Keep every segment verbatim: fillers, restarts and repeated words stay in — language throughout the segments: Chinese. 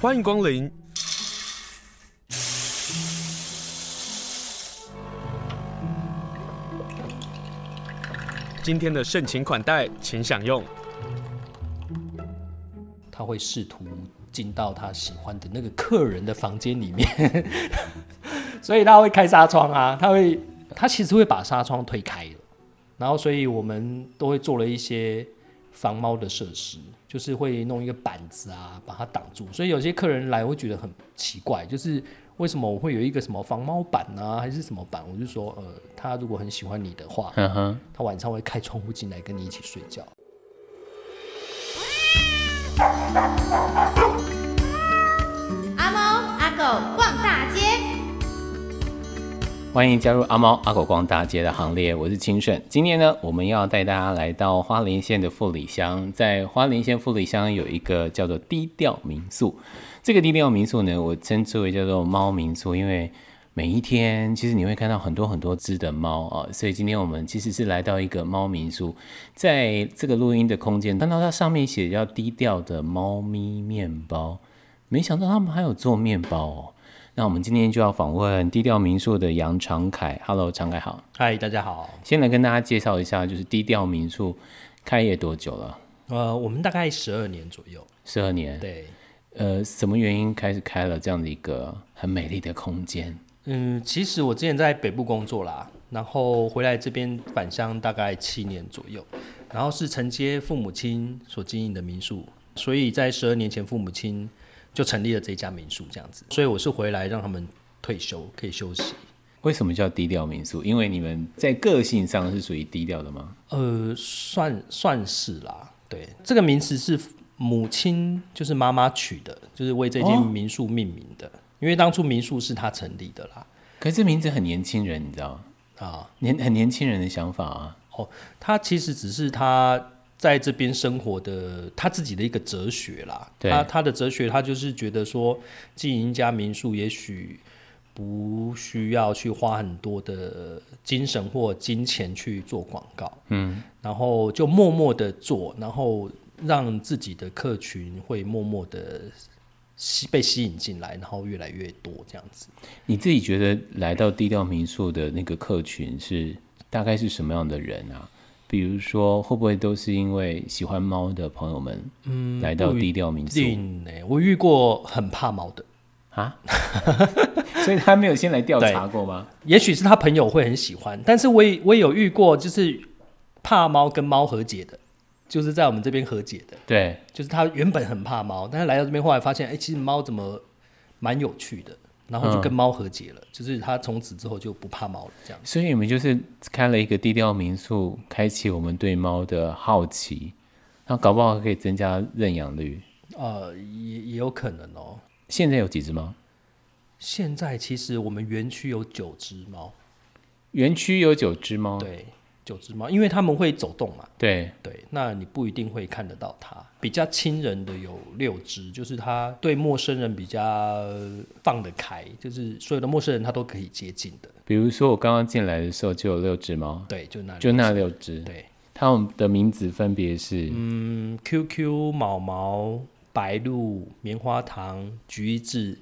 欢迎光临。今天的盛情款待，请享用。 他会试图进到他喜欢的那个客人的房间里面，所以他会开纱窗啊，他会，他其实会把纱窗推开了，然后所以我们都会做了一些防猫的设施，就是会弄一个板子啊，把它挡住。所以有些客人来会觉得很奇怪，就是为什么我会有一个什么防猫板啊，还是什么板？我就说，呃，他如果很喜欢你的话， 呵呵他晚上会开窗户进来跟你一起睡觉。 阿猫阿狗逛大街， 欢迎加入阿猫阿狗逛大街的行列，我是清盛。今天呢，我们要带大家来到花莲县的富里乡，在花莲县富里乡有一个叫做低调民宿。这个低调民宿呢，我称之为叫做猫民宿，因为每一天其实你会看到很多很多只的猫啊，所以今天我们其实是来到一个猫民宿，在这个录音的空间看到它上面写叫低调的猫咪面包，没想到他们还有做面包哦。那我们今天就要访问低调民宿的杨长凯。 Hello 长凯好。 嗨，大家好。 先来跟大家介绍一下，就是低调民宿开业多久了？ 呃，我们大概十二年左右。 十二年。 对。 呃，什么原因开始开了这样的一个很美丽的空间？ 嗯，其实我之前在北部工作啦，然后回来这边返乡大概七年左右，然后是承接父母亲所经营的民宿，所以在十二年前父母亲就成立了这家民宿这样子，所以我是回来让他们退休可以休息。 为什么叫低调民宿？因为你们在个性上是属于低调的吗？ 呃，算算是啦，对，这个名词是母亲就是妈妈取的，就是为这间民宿命名的。哦，因为当初民宿是他成立的啦。 可是这名字很年轻人，你知道吗？啊，年很年轻人的想法啊。 哦，他其实只是他在这边生活的他自己的一个哲学啦。他他的哲学，他就是觉得说，经营一家民宿，也许不需要去花很多的精神或金钱去做广告，嗯，然后就默默的做，然后让自己的客群会默默的被吸引进来，然后越来越多这样子。 你自己觉得来到低调民宿的那个客群是大概是什么样的人啊？比如说会不会都是因为喜欢猫的朋友们来到低调民宿？ 嗯欸、我遇过很怕猫的啊，所以他没有先来调查过吗？ 也许是他朋友会很喜欢，但是我也我也有遇过就是怕猫跟猫和解的，就是在我们这边和解的。 对， 就是他原本很怕猫，但是来到这边后来发现，哎、欸，其实猫怎么蛮有趣的，然后就跟猫和解了，嗯、就是他从此之后就不怕猫了，这样。 所以你们就是开了一个低调民宿，开启我们对猫的好奇，那搞不好可以增加认养率。 呃，也也有可能哦。 现在有几只猫？ 现在其实我们园区有九只猫。 园区有九只猫？ 对。九只猫，因为他们会走动嘛， 对对，那你不一定会看得到它。比较亲人的有六只，就是它对陌生人比较放得开，就是所有的陌生人他都可以接近的。 比如说我刚刚进来的时候就有六只猫， 对，就那就那六只， 对， 它们的名字分别是嗯 ，Q Q、毛毛、白鹭、棉花糖、橘子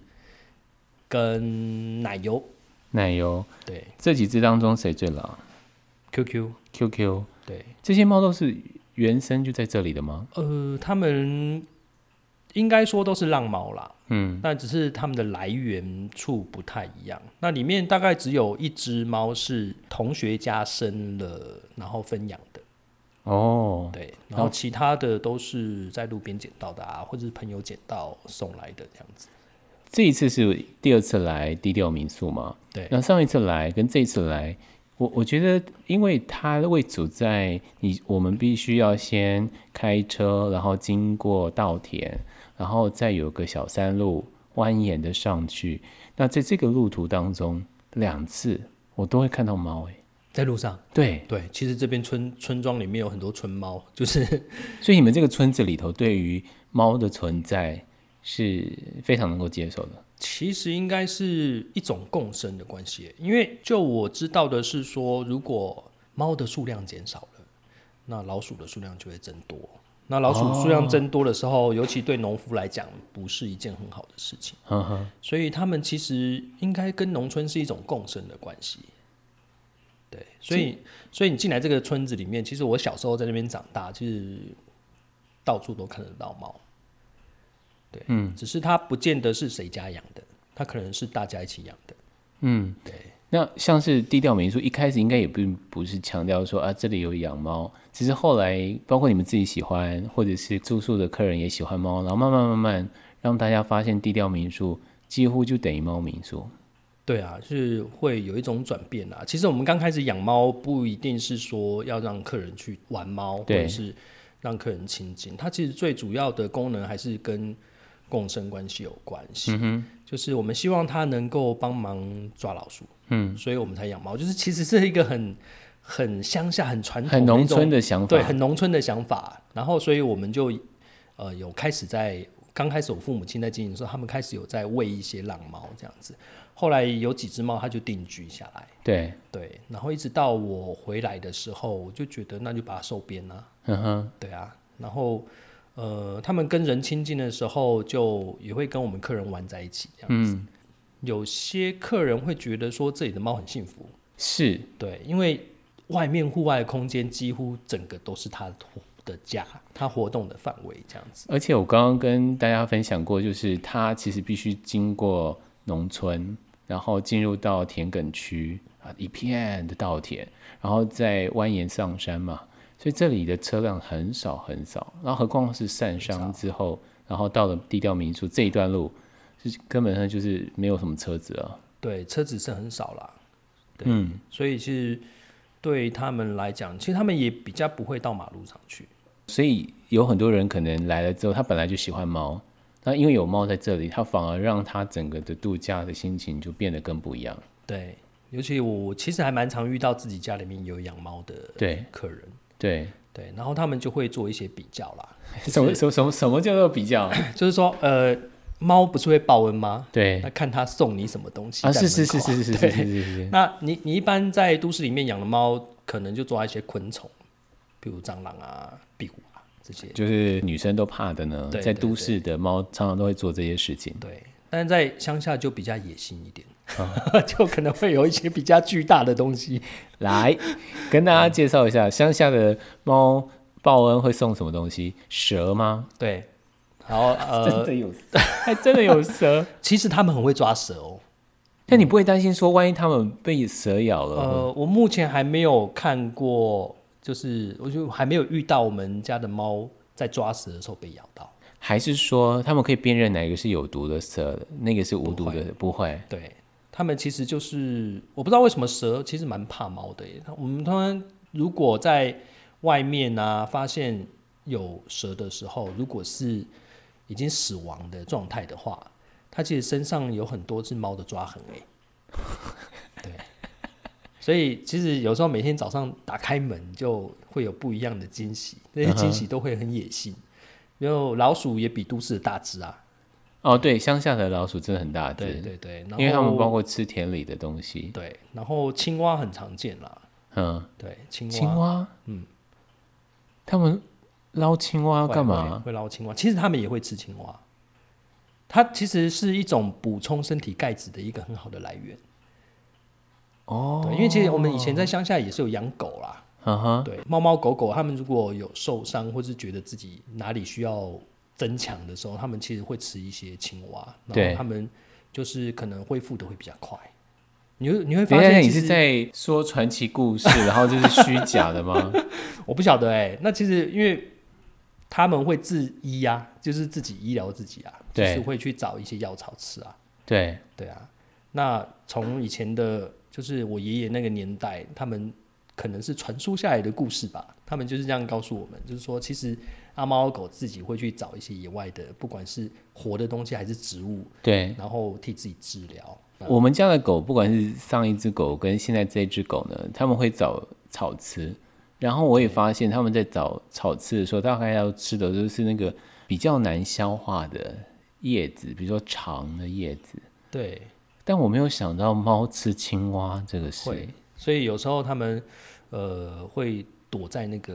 跟奶油。 奶油， 对， 这几只当中谁最老 ？Q Q Q Q 对， 这些猫都是原生就在这里的吗？ 呃，他们应该说都是浪猫啦， 嗯， 但只是他们的来源处不太一样。那里面大概只有一只猫是同学家生了，然后分养的。 哦， 对，然后其他的都是在路边捡到的啊，或者是朋友捡到送来的这样子。 这一次是第二次来低调民宿吗？ 对， 那上一次来跟这一次来。我, 我觉得，因为它位处在你，我们必须要先开车，然后经过稻田，然后再有个小山路蜿蜒的上去。那在这个路途当中，两次我都会看到猫，哎， 在路上。 对对，其实这边村村庄里面有很多村猫，就是所以你们这个村子里头对于猫的存在是非常能够接受的。 其实应该是一种共生的关系，因为就我知道的是说，如果猫的数量减少了，那老鼠的数量就会增多， 那老鼠数量增多的时候，哦、尤其对农夫来讲，不是一件很好的事情。呵呵，所以他们其实应该跟农村是一种共生的关系。对，所以所以你进来这个村子里面，其实我小时候在那边长大，其实到处都看得到猫。对，嗯，只是它不见得是谁家养的，它可能是大家一起养的。嗯，对。 那像是低调民宿，一开始应该也并不是强调说啊这里有养猫，其实后来包括你们自己喜欢，或者是住宿的客人也喜欢猫，然后慢慢慢慢让大家发现低调民宿几乎就等于猫民宿。 对啊，是会有一种转变啊。其实我们刚开始养猫，不一定是说要让客人去玩猫，或者是让客人亲近，它其实最主要的功能还是跟共生关系有关系。嗯，就是我们希望它能够帮忙抓老鼠。嗯，所以我们才养猫，就是其实是一个很很乡下、很传统、 很农村的想法， 对，很农村的想法。然后，所以我们就呃有开始在刚开始我父母亲在经营的时候，他们开始有在喂一些浪猫这样子。后来有几只猫，它就定居下来。 对对，然后一直到我回来的时候，我就觉得那就把它收编啊。嗯哼，对啊。然后呃，他们跟人亲近的时候，就也会跟我们客人玩在一起这样子。嗯，有些客人会觉得说这里的猫很幸福， 是对，因为外面户外的空间几乎整个都是它的家，它活动的范围这样子。 而且我刚刚跟大家分享过，就是它其实必须经过农村，然后进入到田埂区啊，一片的稻田，然后再蜿蜒上山嘛，所以这里的车辆很少很少，然后何况是散商之后，然后到了低调民宿这一段路。根本上就是没有什么车子啊， 对，车子是很少啦，对，嗯，所以其实对他们来讲，其实他们也比较不会到马路上去， 所以有很多人可能来了之后，他本来就喜欢猫，那因为有猫在这里，他反而让他整个的度假的心情就变得更不一样。 对，尤其我其实还蛮常遇到自己家里面有养猫的客人， 对对，然后他们就会做一些比较啦。 什么什么什么什么叫做比较？ 就是说，呃。猫不是会报恩吗？ 对， 那看它送你什么东西啊？是是是是是是是是是。 那你你一般在都市里面养的猫，可能就抓一些昆虫，比如蟑螂啊、壁虎啊这些， 就是女生都怕的呢。在都市的猫常常都会做这些事情。 对，但是在乡下就比较野性一点，啊、就可能会有一些比较巨大的东西。 来跟大家介绍一下，乡下的猫报恩会送什么东西？蛇吗？ 对。然后呃， 真的有，还真的有蛇。 其实他们很会抓蛇哦。 但你不会担心说，万一他们被蛇咬了？ 呃，我目前还没有看过，就是我就还没有遇到我们家的猫在抓蛇的时候被咬到。 还是说他们可以辨认哪个是有毒的蛇，那个是无毒的？不会。 对，他们其实就是我不知道为什么蛇其实蛮怕猫的耶。我们通常如果在外面啊发现有蛇的时候，如果是已经死亡的状态的话，它其实身上有很多只猫的抓痕哎。对，所以其实有时候每天早上打开门就会有不一样的惊喜，这些惊喜都会很野性。然后老鼠也比都市的大只啊。 哦，对，乡下的老鼠真的很大只。 对对对， 因为他们包括吃田里的东西。 对，然后青蛙很常见啦。嗯，对，青蛙。 青蛙，嗯，他们。捞青蛙干嘛？ 会捞青蛙，其实他们也会吃青蛙。它其实是一种补充身体钙质的一个很好的来源。哦，对，因为其实我们以前在乡下也是有养狗啦。Uh-huh. 对，猫猫狗狗，他们如果有受伤或是觉得自己哪里需要增强的时候，他们其实会吃一些青蛙，然后他们就是可能恢复的会比较快。你会你会发现， 你是在说传奇故事，然后这是虚假的吗？ 我不晓得哎、欸。那其实因为他们会自医啊，就是自己医疗自己啊，就是会去找一些药草吃啊。 对对啊。那从以前的，就是我爷爷那个年代，他们可能是传输下来的故事吧。他们就是这样告诉我们，就是说，其实阿猫阿狗自己会去找一些野外的，不管是活的东西还是植物， 对， 然后替自己治疗。 我们家的狗，不管是上一只狗跟现在这只狗呢，他们会找草吃。然后我也发现他们在找草吃的时候，大概要吃的就是那个比较难消化的叶子，比如说长的叶子。 对。 但我没有想到猫吃青蛙这个事。 会，所以有时候他们呃会躲在那个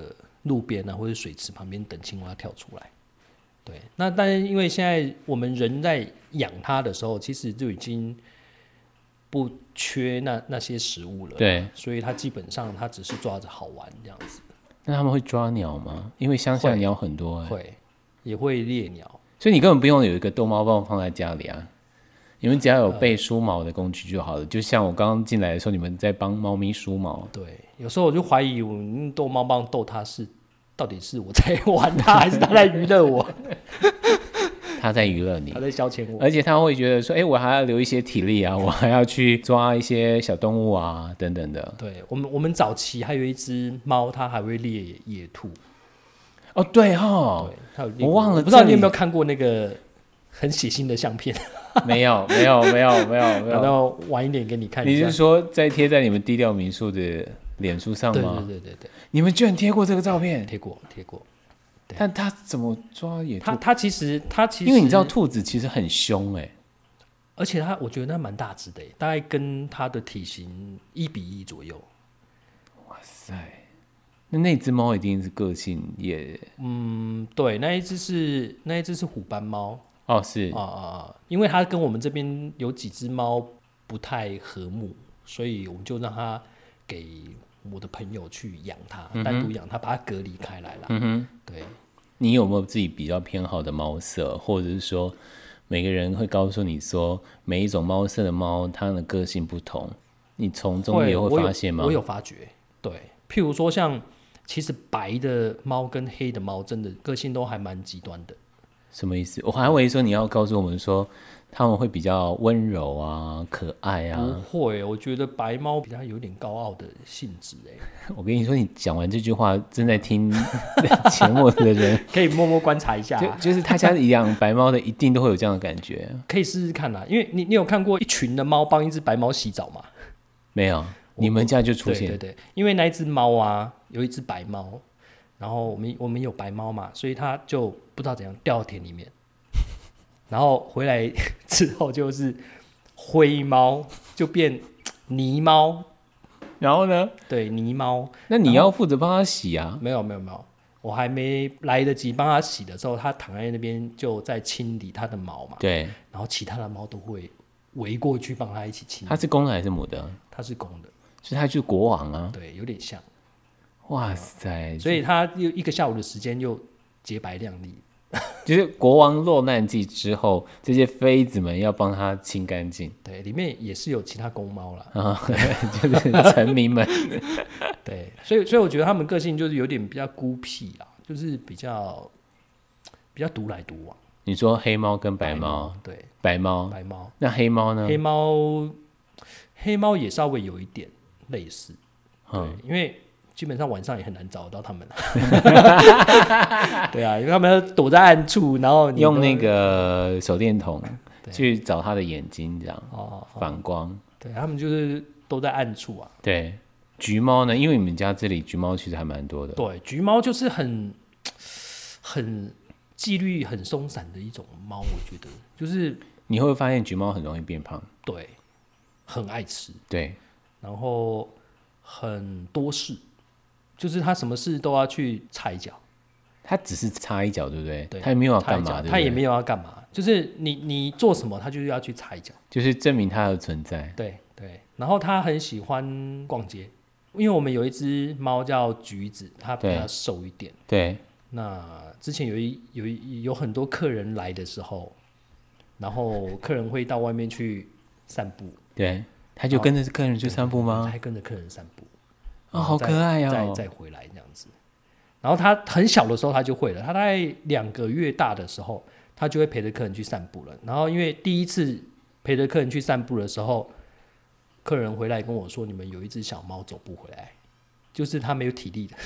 路边啊或者水池旁边等青蛙跳出来。对，那但是因为现在我们人在养它的时候，其实就已经不缺那那些食物了， 对， 所以它基本上它只是抓着好玩这样子。 那他们会抓鸟吗？因为乡下鸟很多、欸， 会也会猎鸟， 所以你根本不用有一个逗猫棒放在家里啊。你们只要有备梳毛的工具就好了，呃、就像我刚刚进来的时候，你们在帮猫咪梳毛。 对，有时候我就怀疑，我逗猫棒逗它是到底是我在玩它，还是它在娱乐我？ 他在娱乐你， 他在消遣我， 而且他会觉得说：“哎、欸，我还要留一些体力啊，我还要去抓一些小动物啊，等等的。” 对，我们我们早期还有一只猫，它还会猎野兔。 哦，对哈，我忘了， 不知道你有没有看过那个很血腥的相片？ 没有，没有，没有，没有，没有。 然后晚一点给你看一下。 你是说在贴在你们低调民宿的脸书上吗？ 对对对对对。 你们居然贴过这个照片？ 贴过，贴过。 但他怎么抓野兔？ 他他其实他其实， 因为你知道兔子其实很凶哎、欸， 而且他我觉得那蛮大只的，大概跟他的体型一比一左右。 哇塞！那那只猫一定是个性也…… 嗯，对，那一只是那一只是虎斑猫哦，是啊啊啊！因为它跟我们这边有几只猫不太和睦，所以我们就让它给我的朋友去养它，嗯、单独养它，把它隔离开来了。 嗯哼， 对。 你有没有自己比较偏好的猫色，或者是说每个人会告诉你说每一种猫色的猫它的个性不同，你从中也会发现吗？ 我 有, 我有发觉，对，譬如说像其实白的猫跟黑的猫真的个性都还蛮极端的。 什么意思？我还以为说你要告诉我们说他们会比较温柔啊、可爱啊。 不会，我觉得白猫比较有点高傲的性质哎。 我跟你说，你讲完这句话，正在听节目的人可以默默观察一下、 啊就，就是他家里养白猫的，一定都会有这样的感觉。 可以试试看啦，因为你你有看过一群的猫帮一只白猫洗澡吗？ 没有，你们家就出现。 对对对，因为那一只猫啊，有一只白猫，然后我们我们有白猫嘛，所以它就不知道怎样掉到田里面。然后回来之后就是灰猫，就变泥猫。 然后呢？ 对，泥猫。 那你要负责帮他洗啊？ 没有没有没有，我还没来得及帮他洗的时候，他躺在那边就在清理他的毛嘛。 对。 然后其他的猫都会围过去帮他一起清理。 他是公的还是母的？ 他是公的。 所以他就是国王啊。 对，有点像。 哇塞！ 所以他又一个下午的时间又洁白亮丽。 就是国王落难记之后，这些妃子们要帮他清干净。 对，里面也是有其他公猫啦， 啊，就是臣民们。 对，所以所以我觉得他们个性就是有点比较孤僻啦，就是比较比较独来独往。 你说黑猫跟白猫， 白猫对， 白猫， 白猫， 那黑猫呢？ 黑猫，黑猫也稍微有一点类似， 嗯， 因为。基本上晚上也很难找到他们对啊，因为他们躲在暗处，然后你用那个手电筒去找他的眼睛，这样哦反光。 对，他们就是都在暗处啊。 对，橘猫呢？因为你们家这里橘猫其实还蛮多的。 对，橘猫就是很很纪律很松散的一种猫，我觉得就是你会发现橘猫很容易变胖。 对，很爱吃。 对， 然后很多事。就是他什么事都要去插一脚， 他只是插一脚，对不对？ 对， 他也没有要干嘛，对不对？ 他也没有要干嘛，就是你你做什么，他就是要去插一脚， 就是证明他的存在。 对对。然后他很喜欢逛街，因为我们有一只猫叫橘子，它比较瘦一点。 对。 那之前有一有一有很多客人来的时候，然后客人会到外面去散步， 对，他就跟着客人去散步吗？ 他跟着客人散步。 哦，好可爱哦！ 再再回来这样子，然后他很小的时候他就会了，他大概两个月大的时候，他就会陪着客人去散步了。然后因为第一次陪着客人去散步的时候，客人回来跟我说：“你们有一只小猫走不回来，就是他没有体力的。”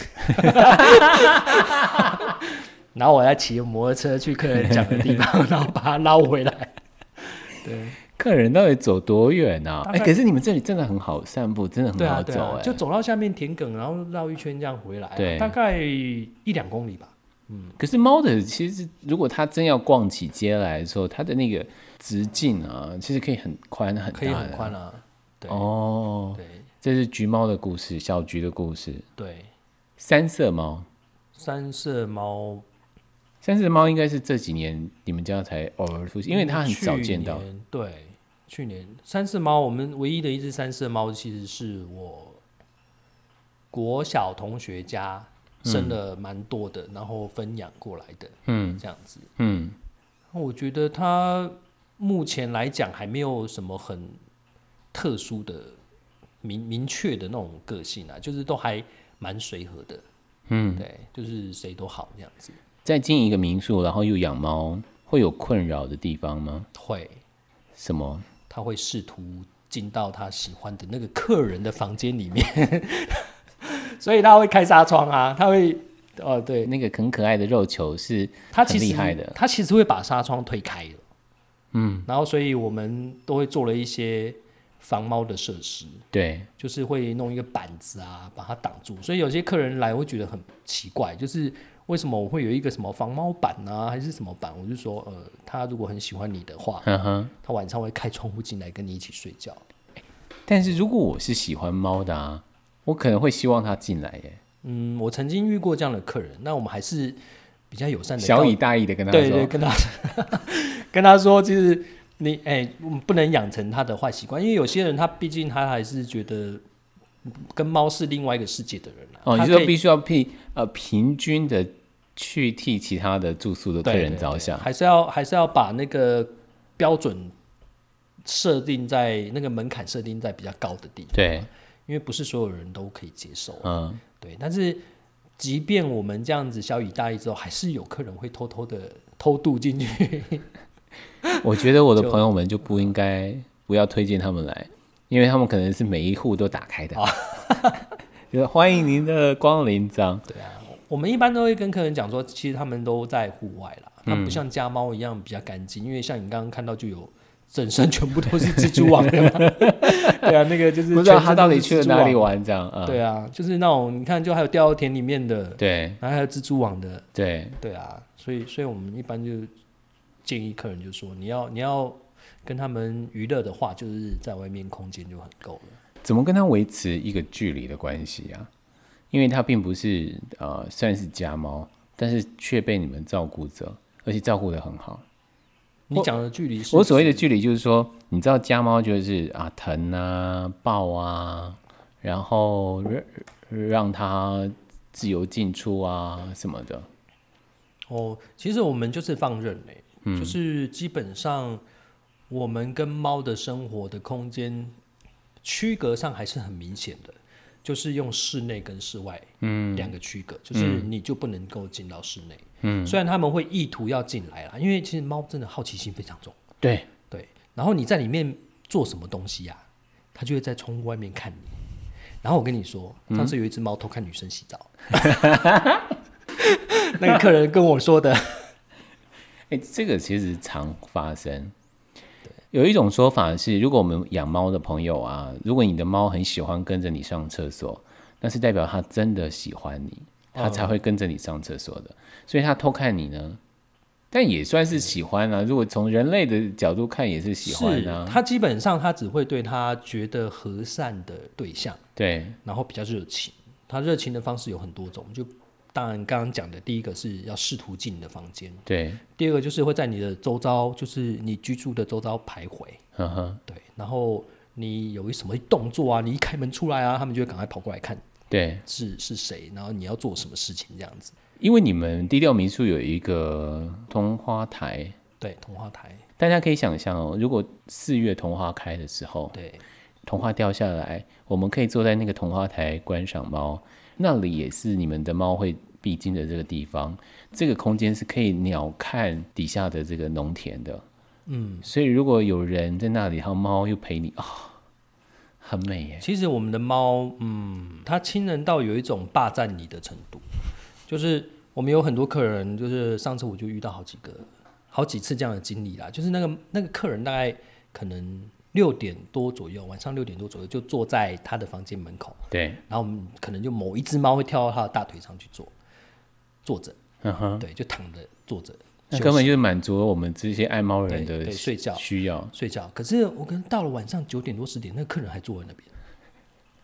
然后我要骑摩托车去客人讲的地方，然后把它捞回来。对。 客人到底走多远啊？哎、欸，可是你们这里真的很好散步，真的很好走哎、欸啊啊， 就走到下面田埂，然后绕一圈这样回来、啊， 对， 大概一两公里吧。嗯， 可是猫的其实如果它真要逛起街来的时候，它的那个直径啊，其实可以很宽很大的， 可以很宽啊。对哦， 对， 这是橘猫的故事，小橘的故事。 对， 三色猫， 三色猫， 三色猫应该是这几年你们家才偶尔出现，因为它很少见到。 对，去年三色猫，我们唯一的一只三色猫，其实是我国小同学家生了蛮多的，嗯、然后分养过来的，嗯，这样子，嗯，我觉得它目前来讲还没有什么很特殊的明明确的那种个性啊，就是都还蛮随和的，嗯，对，就是谁都好这样子。 在经营一个民宿，然后又养猫，会有困扰的地方吗？ 会。 什么？ 他会试图进到他喜欢的那个客人的房间里面，所以他会开纱窗啊，他会，哦，对， 那个很可爱的肉球是很厉害的， 他其实会把纱窗推开了，嗯，然后所以我们都会做了一些防猫的设施， 对， 就是会弄一个板子啊，把它挡住，所以有些客人来会觉得很奇怪，就是为什么我会有一个什么防猫板啊，还是什么板？我就说，呃，他如果很喜欢你的话，呵呵，他晚上会开窗户进来跟你一起睡觉。 但是如果我是喜欢猫的啊，我可能会希望他进来耶。 嗯，我曾经遇过这样的客人，那我们还是比较友善的， 小以大义的跟他说， 对对，跟他跟他说，其实你哎、欸，我们不能养成他的坏习惯，因为有些人他毕竟他还是觉得跟猫是另外一个世界的人啊。 哦，你说必须要平呃平均的去替其他的住宿的客人着想， 还是要还是要把那个标准设定在那个门槛设定在比较高的地方， 对， 因为不是所有人都可以接受，嗯，对。但是即便我们这样子小以大义之后，还是有客人会偷偷的偷渡进去。 我觉得我的朋友们就不应该不要推荐他们来，因为他们可能是每一户都打开的，就是欢迎您的光临这样。 对啊，我们一般都会跟客人讲说，其实他们都在户外啦，他们不像家猫一样比较干净，因为像你刚刚看到就有整身全部都是蜘蛛网的嘛。对啊，那个就是不知道他到底去了哪里玩这样。嗯、 对啊，就是那种你看，就还有掉到田里面的， 对， 然后还有蜘蛛网的， 对， 对啊，所以所以我们一般就建议客人就说，你要你要跟他们娱乐的话，就是在外面空间就很够了。 怎么跟他维持一个距离的关系啊？因为他并不是呃算是家猫，但是却被你们照顾着，而且照顾得很好。 你讲的距离是？ 我所谓的距离就是说，你知道家猫就是啊疼啊抱啊，然后让它自由进出啊什么的。 哦，其实我们就是放任嘞、欸嗯，就是基本上我们跟猫的生活的空间区隔上还是很明显的。就是用室内跟室外两个区隔、嗯，就是你就不能够进到室内。嗯，虽然他们会意图要进来啦，因为其实猫真的好奇心非常重。 对对，然后你在里面做什么东西呀、啊，它就会在窗户外面看你。然后我跟你说，上次有一只猫偷看女生洗澡，嗯、那个客人跟我说的。 哎、欸，这个其实常发生。有一种说法是，如果我们养猫的朋友啊，如果你的猫很喜欢跟着你上厕所，那是代表它真的喜欢你，它才会跟着你上厕所的。嗯、所以它偷看你呢，但也算是喜欢啊。如果从人类的角度看，也是喜欢啊。 它基本上它只会对它觉得和善的对象， 对， 然后比较热情。它热情的方式有很多种，就当然刚刚讲的第一个是要试图进你的房间， 对。 第二个就是会在你的周遭，就是你居住的周遭徘徊，呵呵对。然后你有什么动作啊，你一开门出来啊，他们就会赶快跑过来看， 对， 是是谁，然后你要做什么事情这样子。 因为你们低调民宿有一个桐花台， 对，桐花台， 大家可以想象哦，如果四月桐花开的时候， 对， 桐花掉下来，我们可以坐在那个桐花台观赏猫。那里也是你们的猫会必经的这个地方，这个空间是可以鸟瞰底下的这个农田的，嗯，所以如果有人在那里，然后猫又陪你啊、哦，很美耶。 其实我们的猫，嗯，它亲人到有一种霸占你的程度，就是我们有很多客人，就是上次我就遇到好几个、好几次这样的经历啦，就是那个那个客人大概可能六点多左右，晚上六点多左右就坐在他的房间门口， 对， 然后我们可能就某一只猫会跳到他的大腿上去坐，坐着，嗯哼，对，就躺着坐着， 那根本就是满足了我们这些爱猫人的对睡觉需要， 睡觉。可是我跟到了晚上九点多十点，那个客人还坐在那边，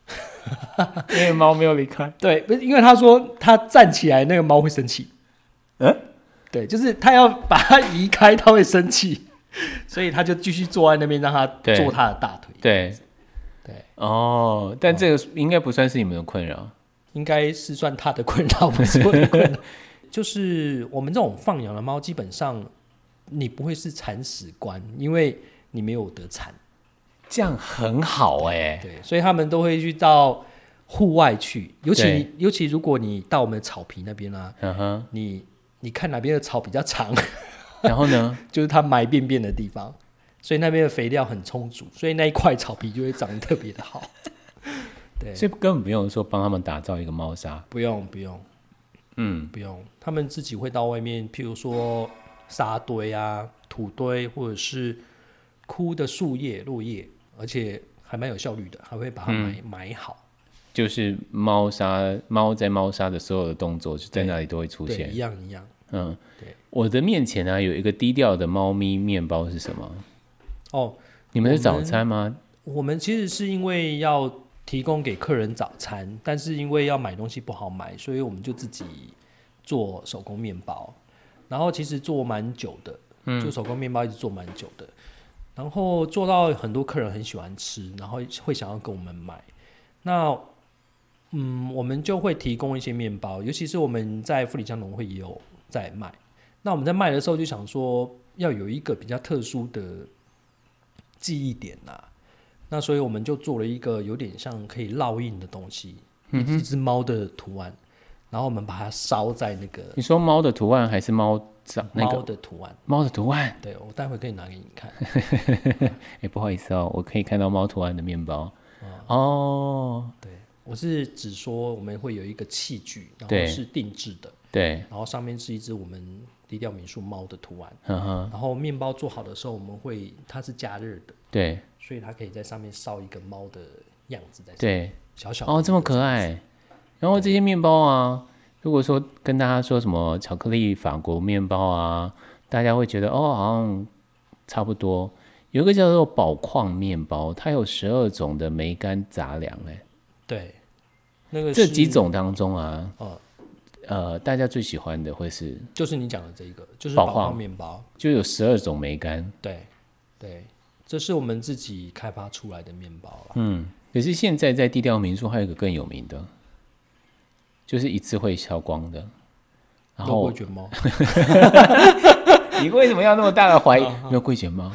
因为猫没有离开。 对，因为他说他站起来，那个猫会生气。嗯，对，就是他要把它移开，他会生气，所以他就继续坐在那边，让他坐他的大腿。 对， 对， 哦，但这个应该不算是你们的困扰， 应该是算他的困扰，不是我的困扰。就是我们这种放养的猫，基本上你不会是铲屎官，因为你没有得铲。 这样很好哎、欸。 对，所以他们都会去到户外去，尤其尤其如果你到我们的草皮那边啊，嗯哼，你你看哪边的草比较长， 然后呢， 就是它埋便便的地方，所以那边的肥料很充足，所以那一块草皮就会长得特别的好。对， 所以根本不用说帮他们打造一个猫砂， 不用不用，嗯，不用，他们自己会到外面，譬如说沙堆啊、土堆，或者是枯的树叶、落叶，而且还蛮有效率的，还会把它埋、嗯、埋好。 就是猫砂，猫在猫砂的所有的动作，就在那里都会出现， 一样一样。 嗯，对。我的面前呢有一个低调的猫咪面包是什么？哦，你们是早餐吗？ 我们, 我们其实是因为要提供给客人早餐，但是因为要买东西不好买，所以我们就自己做手工面包。然后其实做蛮久的，嗯，做手工面包一直做蛮久的。然后做到很多客人很喜欢吃，然后会想要跟我们买。那嗯，我们就会提供一些面包，尤其是我们在富里乡农会也有在卖。那我们在卖的时候就想说，要有一个比较特殊的记忆点啊。那所以我们就做了一个有点像可以烙印的东西，嗯、一只猫的图案，然后我们把它烧在那个。 你说猫的图案还是猫长那个？ 猫的图案。 猫的图案。 对，我待会可以拿给你看。 哎、欸，不好意思哦，我可以看到猫图案的面包。嗯、哦， 对。我是只说我们会有一个器具，然后是定制的， 对， 然后上面是一只我们低调民宿猫的图案，然后面包做好的时候，我们会它是加热的， 对， 所以它可以在上面烧一个猫的样子在上面， 对， 小小的哦，这么可爱。然后这些面包啊，如果说跟大家说什么巧克力法国面包啊，大家会觉得哦，好像差不多。有一个叫做宝矿面包，它有十二种的梅干杂粮，哎。 对，那个这几种当中啊，哦、呃，大家最喜欢的会是， 就是你讲的这个，就是宝矿面包， 就有十二种梅干。 对，对，这是我们自己开发出来的面包啦。 嗯，可是现在在低调民宿还有一个更有名的，就是一次会销光的。然后龟卷猫， 你为什么要那么大的怀疑？没有龟卷猫。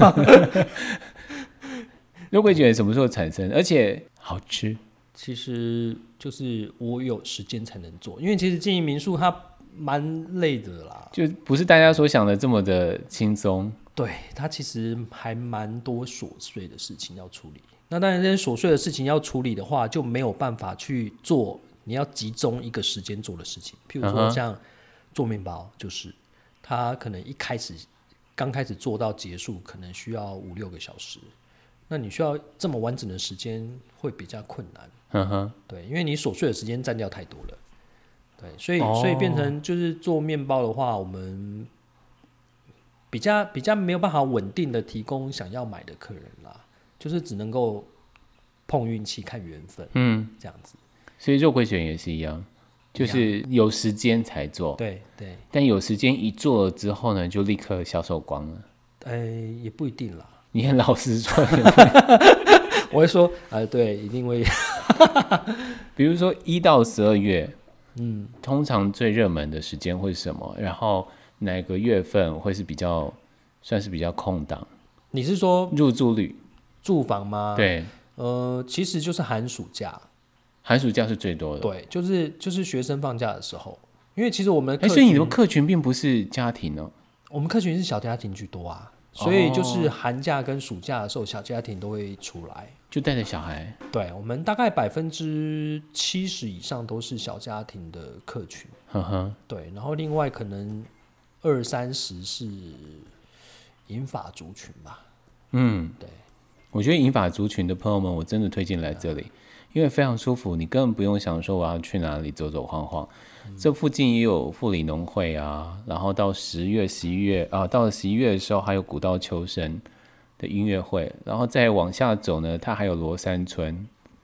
肉桂卷什么时候产生？而且好吃？ 其实就是我有时间才能做，因为其实经营民宿它蛮累的啦， 就不是大家所想的这么的轻松。 对，它其实还蛮多琐碎的事情要处理。那当然，这些琐碎的事情要处理的话，就没有办法去做你要集中一个时间做的事情。譬如说像做面包，就是它可能一开始刚开始做到结束，可能需要五六个小时。那你需要这么完整的时间会比较困难，嗯哼，对，因为你琐碎的时间占掉太多了，对，所以、哦、所以变成就是做面包的话，我们比较比较没有办法稳定的提供想要买的客人啦，就是只能够碰运气看缘分，嗯，这样子。 所以肉桂卷也是一样，就是有时间才做， 对对， 但有时间一做了之后呢，就立刻销售光了， 哎、欸，也不一定啦。 你很老实说， 我会说，呃，对，一定会。 比如说一到十二月，嗯，通常最热门的时间会是什么？然后哪个月份会是比较算是比较空档？ 你是说入住率、 住房吗？ 对， 呃，其实就是寒暑假， 寒暑假是最多的。 对，就是就是学生放假的时候，因为其实我们哎，所以你的客群并不是家庭哦， 我们客群是小家庭居多啊。所以就是寒假跟暑假的时候，小家庭都会出来， 就带着小孩。 对，我们大概百分之七十以上都是小家庭的客群。呵呵，对，然后另外可能二三十是银发族群吧。 嗯，对，我觉得银发族群的朋友们，我真的推荐来这里，因为非常舒服，你根本不用想说我要去哪里走走晃晃。这附近也有富里农会啊，然后到十月、十一月啊，到了十一月的时候还有古道秋生的音乐会，然后再往下走呢，它还有罗山村。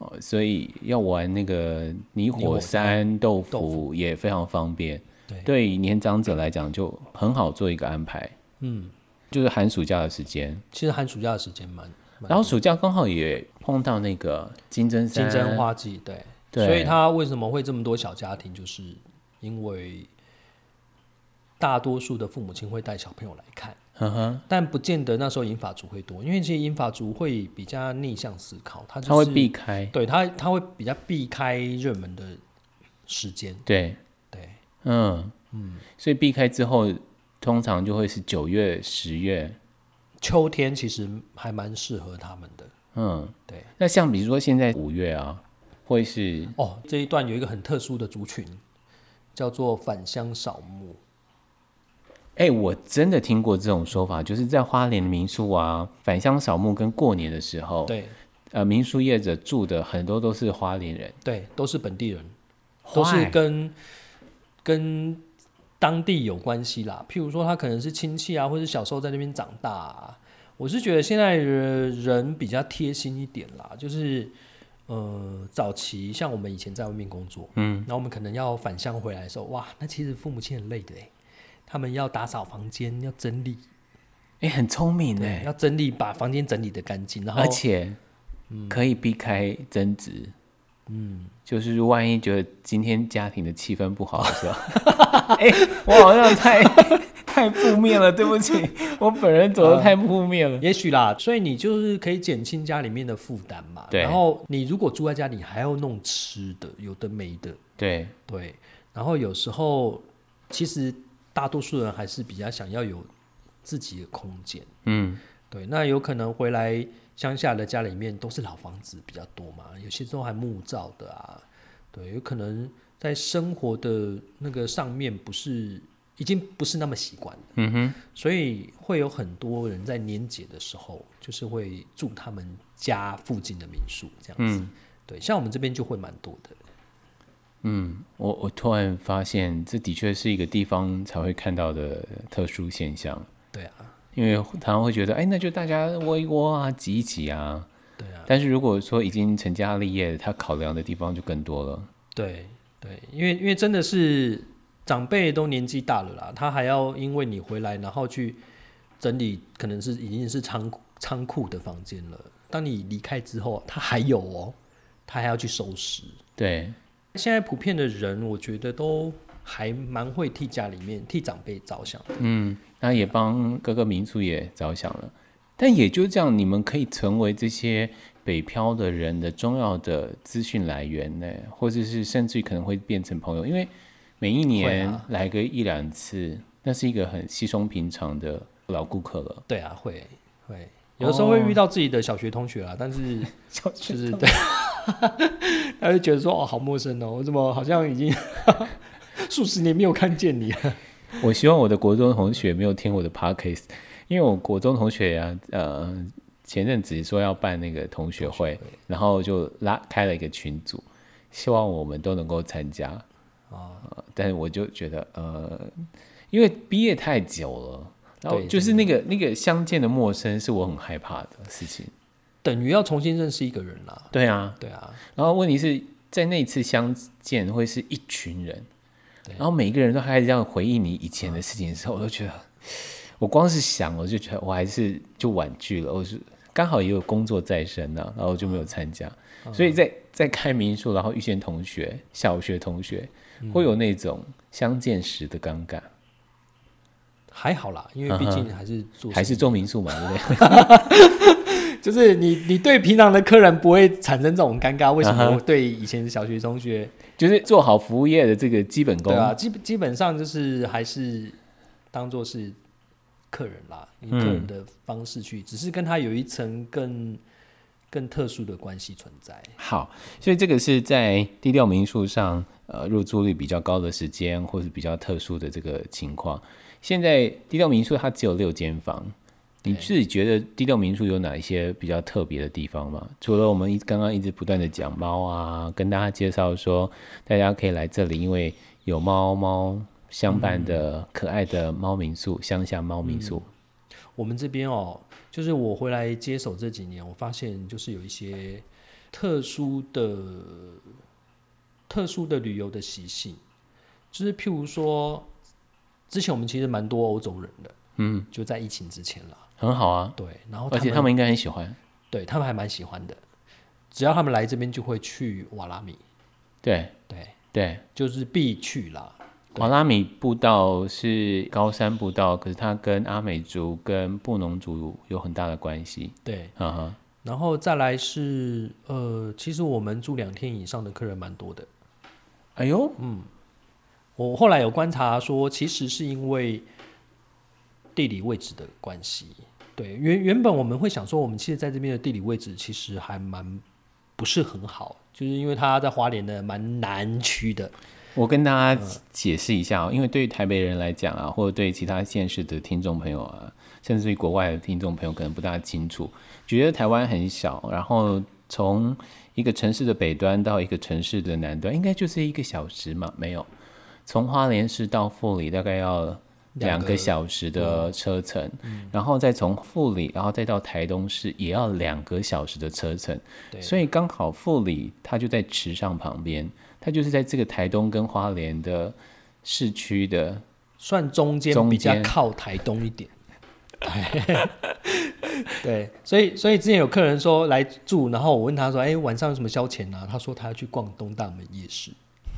哦，所以要玩那个泥火山豆腐, 豆腐也非常方便。对，对年长者来讲就很好做一个安排。嗯，就是寒暑假的时间， 其实寒暑假的时间蛮， 然后暑假刚好也碰到那个金针山金针花季，对，对，所以他为什么会这么多小家庭，就是因为大多数的父母亲会带小朋友来看。呵呵，但不见得那时候银发族会多，因为其实银发族会比较逆向思考，他、就是、 他会避开， 对他他会比较避开热门的时间， 对对，嗯嗯，所以避开之后，通常就会是九月、十月， 秋天其实还蛮适合他们的， 嗯，对。那像比如说现在五月啊，会是哦，这一段有一个很特殊的族群，叫做返乡扫墓。 哎、欸，我真的听过这种说法，就是在花莲的民宿啊，返乡扫墓跟过年的时候， 对， 呃，民宿业者住的很多都是花莲人， 对，都是本地人，都是跟跟当地有关系啦。譬如说，他可能是亲戚啊，或者小时候在那边长大啊。我是觉得现在的人比较贴心一点啦，就是呃，早期像我们以前在外面工作，嗯，然后我们可能要返乡回来的时候，哇，那其实父母亲很累的哎、欸。他们要打扫房间，要整理， 哎、欸，很聪明哎， 要整理，把房间整理得干净，然后而且、嗯、可以避开争执，嗯，就是万一觉得今天家庭的气氛不好的时候，哎、欸，我好像太太负面了，对不起，我本人走得太负面了， 呃、也许啦，所以你就是可以减轻家里面的负担嘛，对，然后你如果住在家里还要弄吃的，有的没的， 对对，然后有时候其实。大多数人还是比较想要有自己的空间，嗯，对，那有可能回来乡下的家里面都是老房子比较多嘛，有些都还木造的啊，对，有可能在生活的那个上面不是已经不是那么习惯了，嗯哼，所以会有很多人在年节的时候，就是会住他们家附近的民宿这样子，嗯、对，像我们这边就会蛮多的。 嗯，我我突然发现，这的确是一个地方才会看到的特殊现象。 对啊， 因为他们会觉得，哎，那就大家窝一窝啊，挤一挤啊。 对啊。 但是如果说已经成家立业，他考量的地方就更多了。 对对，因为因为真的是长辈都年纪大了啦，他还要因为你回来，然后去整理，可能是已经是仓仓库的房间了。当你离开之后，他还有哦，他还要去收拾。 对。 现在普遍的人，我觉得都还蛮会替家里面、替长辈着想的。 嗯，那也帮各个民宿也着想了。但也就这样，你们可以成为这些北漂的人的重要的资讯来源呢，或者是甚至可能会变成朋友，因为每一年来个一两次，那是一个很稀松平常的老顾客了。 对啊，会会有的时候会遇到自己的小学同学啦，但是就是对。他就觉得说哦，好陌生哦，我怎么好像已经数十年没有看见你了。 我希望我的国中同学没有听我的 podcast， 因为我国中同学啊，呃，前阵子说要办那个同学会，同学会然后就拉开了一个群组，希望我们都能够参加。啊、呃，但是我就觉得，呃，因为毕业太久了，然后就是那个那个相见的陌生，是我很害怕的事情。 等于要重新认识一个人啦。 对啊， 对啊。 然后问题是在那一次相见会是一群人，然后每一个人都还这样回忆你以前的事情的时候，我都觉得，我光是想我就觉得我还是就婉拒了。我是刚好也有工作在身啊，然后我就没有参加。嗯、所以在在开民宿，然后遇见同学、小学同学，会有那种相见时的尴尬。 还好啦，因为毕竟还是做、 嗯、还是做民宿嘛，对不对？ 就是你，你对平常的客人不会产生这种尴尬，为什么对以前的小学同学， 就是做好服务业的这个基本功？ 对啊，基基本上就是还是当作是客人啦，以客人的方式去，嗯、只是跟他有一层更更特殊的关系存在。 好，所以这个是在低调民宿上，呃，入住率比较高的时间，或是比较特殊的这个情况。现在低调民宿它只有六间房。你自己觉得低调民宿有哪一些比较特别的地方吗？除了我们刚刚一直不断的讲猫啊，跟大家介绍说大家可以来这里，因为有猫猫相伴的可爱的猫民宿，乡下猫民宿、嗯。 我们这边哦，就是我回来接手这几年，我发现就是有一些特殊的特殊的旅游的习性，就是譬如说，之前我们其实蛮多欧洲人的， 嗯， 就在疫情之前啦， 很好啊。 对，然后而且他们应该很喜欢， 对他们还蛮喜欢的，只要他们来这边就会去瓦拉米， 对对对， 就是必去啦。 瓦拉米步道是高山步道，可是它跟阿美族跟布农族有很大的关系。 对， 嗯哼， 然后再来是呃，其实我们住两天以上的客人蛮多的。 哎呦， 嗯，我后来有观察说，其实是因为地理位置的关系。对，原原本我们会想说，我们其实在这边的地理位置其实还蛮不是很好，就是因为它在花莲的蛮南区的。 我跟大家解释一下、哦，因为对于台北人来讲啊，或者对其他县市的听众朋友啊，甚至于国外的听众朋友可能不大清楚，觉得台湾很小，然后从一个城市的北端到一个城市的南端，应该就是一个小时嘛？没有，从花莲市到富里大概要两个小时的车程，嗯、然后再从富里，然后再到台东市也要两个小时的车程，所以刚好富里它就在池上旁边。它就是在这个台东跟花莲的市区的算中间，比较靠台东一点。对，所以所以之前有客人说来住，然后我问他说：“哎、欸，晚上有什么消遣啊？”他说他要去逛东大门夜市。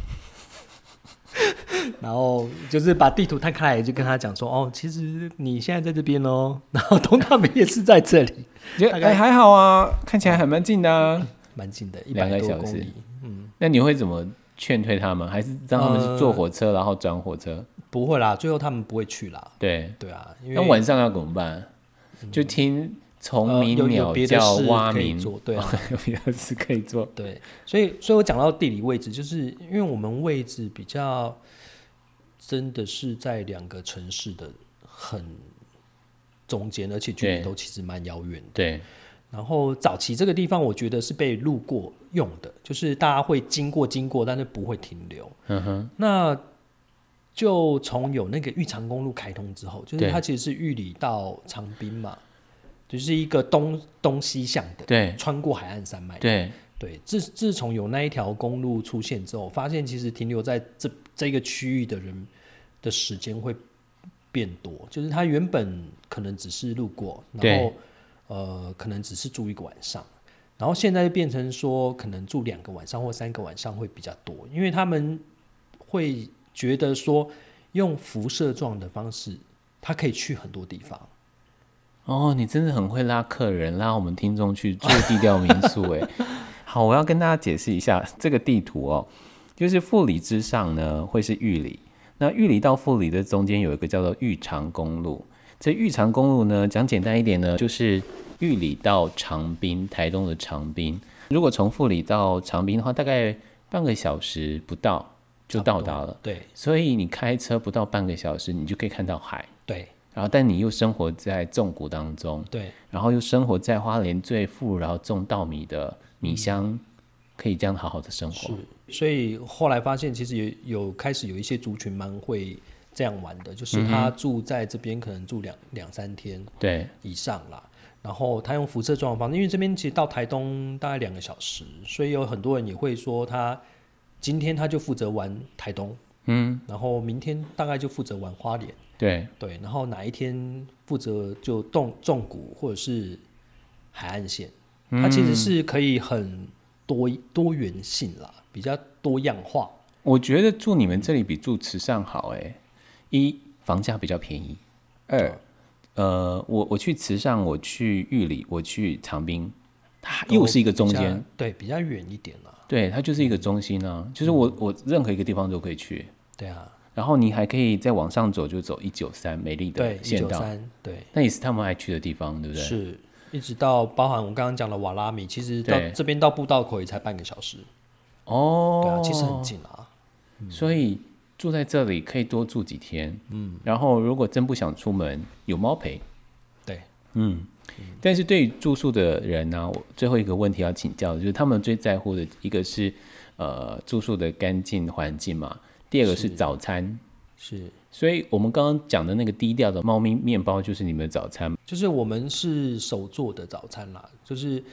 然后就是把地图摊开来，就跟他讲说：“哦，其实你现在在这边哦，然后东大门夜市在这里。 大概”哎、欸，还好啊，看起来还蛮近的啊， 蛮近的，一百多公里。 嗯，那你会怎么劝退他们？还是让他们是坐火车、呃、然后转火车？ 不会啦，最后他们不会去啦。 对对啊，因为那晚上要怎么办？嗯、就听虫鸣、呃、鸟叫、蛙鸣， 对啊， 有别的事可以做。 对，所以所以我讲到地理位置，就是因为我们位置比较真的是在两个城市的很中间，而且距离都其实蛮遥远的。 对。 然后早期这个地方，我觉得是被路过用的，就是大家会经过经过，但是不会停留。嗯哼。那就从有那个玉长公路开通之后，就是它其实是玉里到长滨嘛，就是一个东东西向的， 对， 穿过海岸山脉。 对对，自自从有那一条公路出现之后，发现其实停留在这这个区域的人的时间会变多，就是他原本可能只是路过，然后。呃，可能只是住一个晚上，然后现在就变成说，可能住两个晚上或三个晚上会比较多，因为他们会觉得说，用辐射状的方式，他可以去很多地方。 哦，你真的很会拉客人，拉我们听众去住地调民宿哎。好，我要跟大家解释一下这个地图哦，就是富里之上呢会是玉里，那玉里到富里的中间有一个叫做玉长公路。这玉长公路呢，讲简单一点呢，就是玉里到长滨，台东的长滨。如果从富里到长滨的话，大概半个小时不到就到达了。 对， 所以你开车不到半个小时，你就可以看到海。 对， 然后但你又生活在纵谷当中， 对， 然后又生活在花莲最富饶种稻米的米乡，嗯、可以这样好好的生活。 是，所以后来发现，其实有有开始有一些族群蛮会。这样玩的，就是他住在这边可能住两两三天对以上啦，然后他用辐射状的方式，因为这边其实到台东大概两个小时，所以有很多人也会说他今天他就负责玩台东，嗯，然后明天大概就负责玩花莲， 对对，然后哪一天负责就纵纵谷或者是海岸线，它其实是可以很多多元性啦，比较多样化。 我觉得住你们这里比住池上好哎、欸。一房价比较便宜，二，呃，我我去池上，我去玉里，我去长滨，它又是一个中间， 对，比较远一点啦。 对，它就是一个中心啊，就是我我任何一个地方都可以去。 对啊， 然后你还可以再往上走，就走一九三美丽的县道， 对， 那也是他们爱去的地方，对不对？ 是，一直到包含我刚刚讲的瓦拉米，其实到这边到步道口也才半个小时。 哦， 对啊，其实很近啊， 嗯、所以。住在这里可以多住几天，嗯，然后如果真不想出门，有猫陪， 对， 嗯，嗯但是对于住宿的人呢、啊，我最后一个问题要请教，就是他们最在乎的一个是呃住宿的干净环境嘛，第二个是早餐， 是，是所以我们刚刚讲的那个低调的猫咪面包就是你们的早餐， 就是我们是手做的早餐啦，就是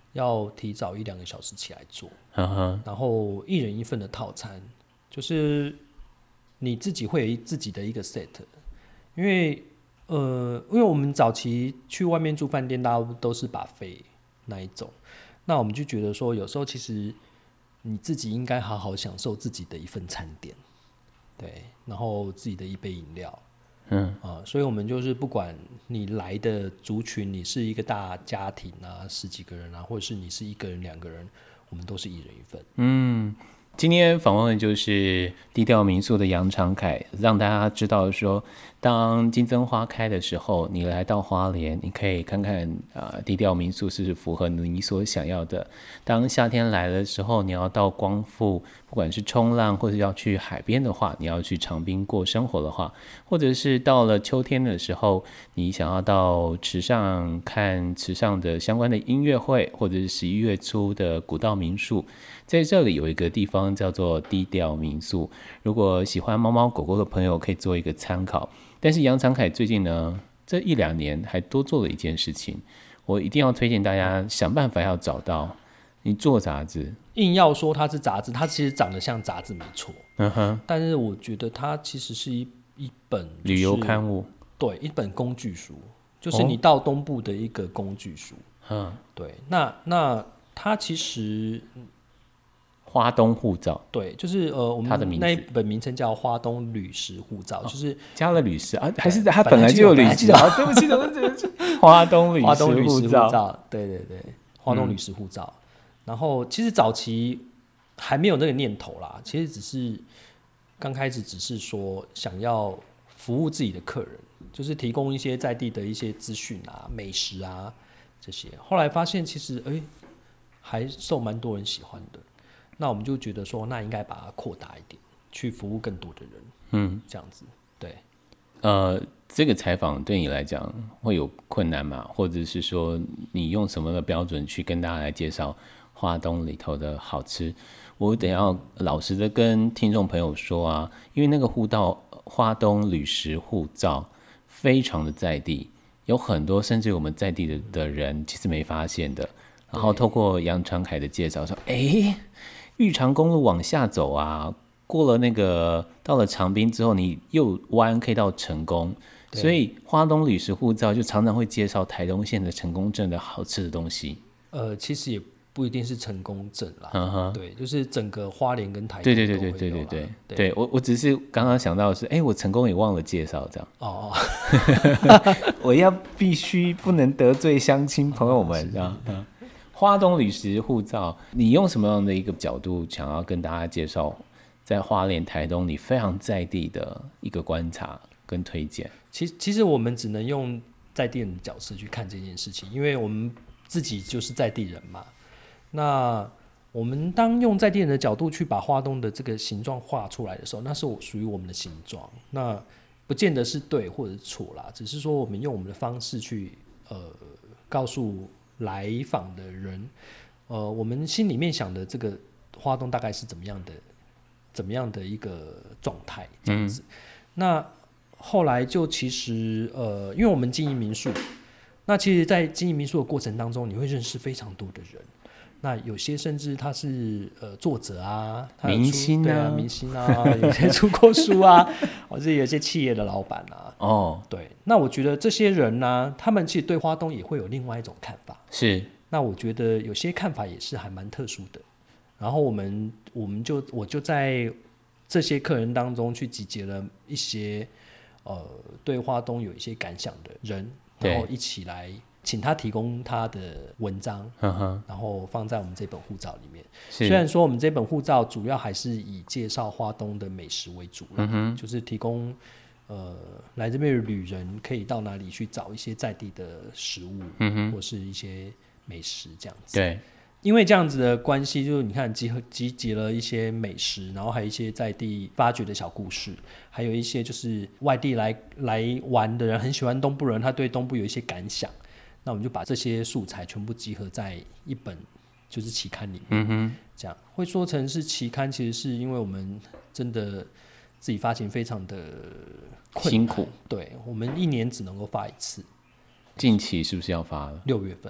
要提早一两个小时起来做， 呵呵， 然后一人一份的套餐，就是你自己会有自己的一个 set， 因为呃，因为我们早期去外面住饭店，大家都是buffet那一种，那我们就觉得说，有时候其实你自己应该好好享受自己的一份餐点，对，然后自己的一杯饮料。嗯啊、呃，所以我们就是不管你来的族群，你是一个大家庭啊，十几个人啊，或者是你是一个人、两个人，我们都是一人一份。 嗯，今天访问的就是低调民宿的杨长凯，让大家知道说，当金针花开的时候，你来到花莲，你可以看看啊、呃，低调民宿是符合你所想要的。当夏天来的时候，你要到光复，不管是冲浪或者要去海边的话，你要去长滨过生活的话，或者是到了秋天的时候，你想要到池上看池上的相关的音乐会，或者是十一月初的古道民宿，在这里有一个地方叫做低调民宿。如果喜欢猫猫狗狗的朋友，可以做一个参考。但是杨长凯最近呢，这一两年还多做了一件事情，我一定要推荐大家想办法要找到。你做杂志， 硬要说它是杂志，它其实长得像杂志没错， 嗯哼， 但是我觉得它其实是一一本、就是、 旅游刊物， 对，一本工具书，就是你到东部的一个工具书。嗯、哦，对，那那它其实。 花东护照， 对，就是呃，我们那一本名称叫花东旅食护照，哦、就是加了旅食啊，还是它本来就有旅食啊？对不起，对不起，花东旅食护照， 对对对，花东旅食护照。嗯、然后其实早期还没有那个念头啦，其实只是刚开始只是说想要服务自己的客人，就是提供一些在地的一些资讯啊、美食啊这些。后来发现其实哎，还受蛮多人喜欢的。那我们就觉得说，那应该把它扩大一点，去服务更多的人。嗯，这样子，对。 呃，这个采访对你来讲会有困难吗？或者是说，你用什么的标准去跟大家来介绍花东里头的好吃？我得要老实的跟听众朋友说啊，因为那个护照花东旅食护照非常的在地，有很多甚至我们在地 的, 的人其实没发现的。然后透过杨长凯的介绍说，哎。玉长公路往下走啊，过了那个到了长滨之后，你右弯可以到成功，所以花东旅食护照就常常会介绍台东县的成功镇的好吃的东西。 呃，其实也不一定是成功镇啦，嗯哼，对，就是整个花莲跟台东对对对对对对对对，对我我只是刚刚想到的是，哎，我成功也忘了介绍这样。哦哦，我要必须不能得罪乡亲朋友们这样。嗯花东旅食护照，你用什么样的一个角度想要跟大家介绍在花莲台东你非常在地的一个观察跟推荐？ 其实其实我们只能用在地人的角色去看这件事情，因为我们自己就是在地人嘛。那我们当用在地人的角度去把花东的这个形状画出来的时候，那是属于我们的形状，那不见得是对或者是错啦，只是说我们用我们的方式去呃告诉来访的人，呃，我们心里面想的这个花东大概是怎么样的，怎么样的一个状态这样子。嗯、那后来就其实呃，因为我们经营民宿，那其实，在经营民宿的过程当中，你会认识非常多的人。那有些甚至他是呃作者啊， 明星啊， 对啊，明星啊，有些出过书啊，或者有些企业的老板啊。哦，对，那我觉得这些人呢、啊，他们其实对花东也会有另外一种看法。 是， 那我觉得有些看法也是还蛮特殊的。然后我们我们就我就在这些客人当中去集结了一些呃对花东有一些感想的人，然后一起来请他提供他的文章，然后放在我们这本护照里面。虽然说我们这本护照主要还是以介绍花东的美食为主啦、嗯、就是提供呃来这边的旅人可以到哪里去找一些在地的食物、嗯、或是一些美食这样子。 对， 因为这样子的关系，就是你看集合集结了一些美食，然后还有一些在地发掘的小故事，还有一些就是外地来来玩的人很喜欢东部人，他对东部有一些感想。那我们就把这些素材全部集合在一本就是期刊里面、嗯、哼这样会说成是期刊，其实是因为我们真的自己发行非常的困难， 辛苦， 对，我们一年只能够发一次。 近期是不是要发了？ 六月份。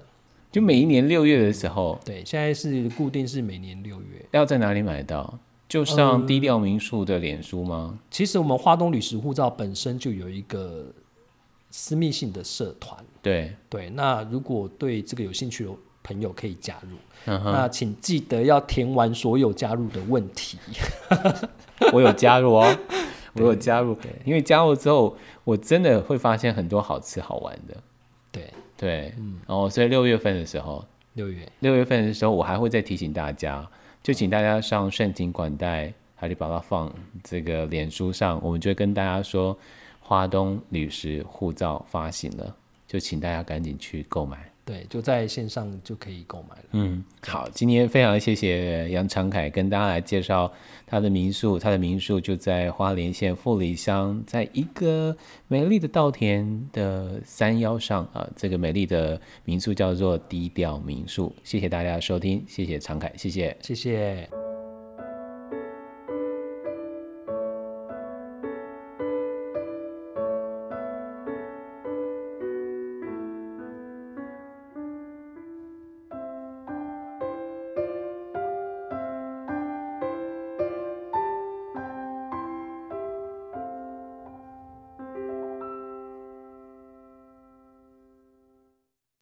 就每一年六月的时候。 对，现在是固定是每年六月。 要在哪里买到？就上低调民宿的脸书吗？ 嗯、其实我们花东旅食护照本身就有一个私密性的社团。 对对，那如果对这个有兴趣的朋友可以加入， 嗯、 那请记得要填完所有加入的问题。 我有加入哦，我有加入，因为加入之后，我真的会发现很多好吃好玩的。 对对，嗯，然后所以六月份的时候， 六月六月份的时候，我还会再提醒大家，就请大家上盛情款待哈利巴拉放这个脸书上，我们就会跟大家说，花东旅食护照发行了，就请大家赶紧去购买。 对，就在线上就可以购买了。 嗯，好，今天非常谢谢杨长凯跟大家来介绍他的民宿，他的民宿就在花莲县富里乡，在一个美丽的稻田的山腰上啊，这个美丽的民宿叫做低调民宿。谢谢大家的收听，谢谢长凯，谢谢， 谢谢。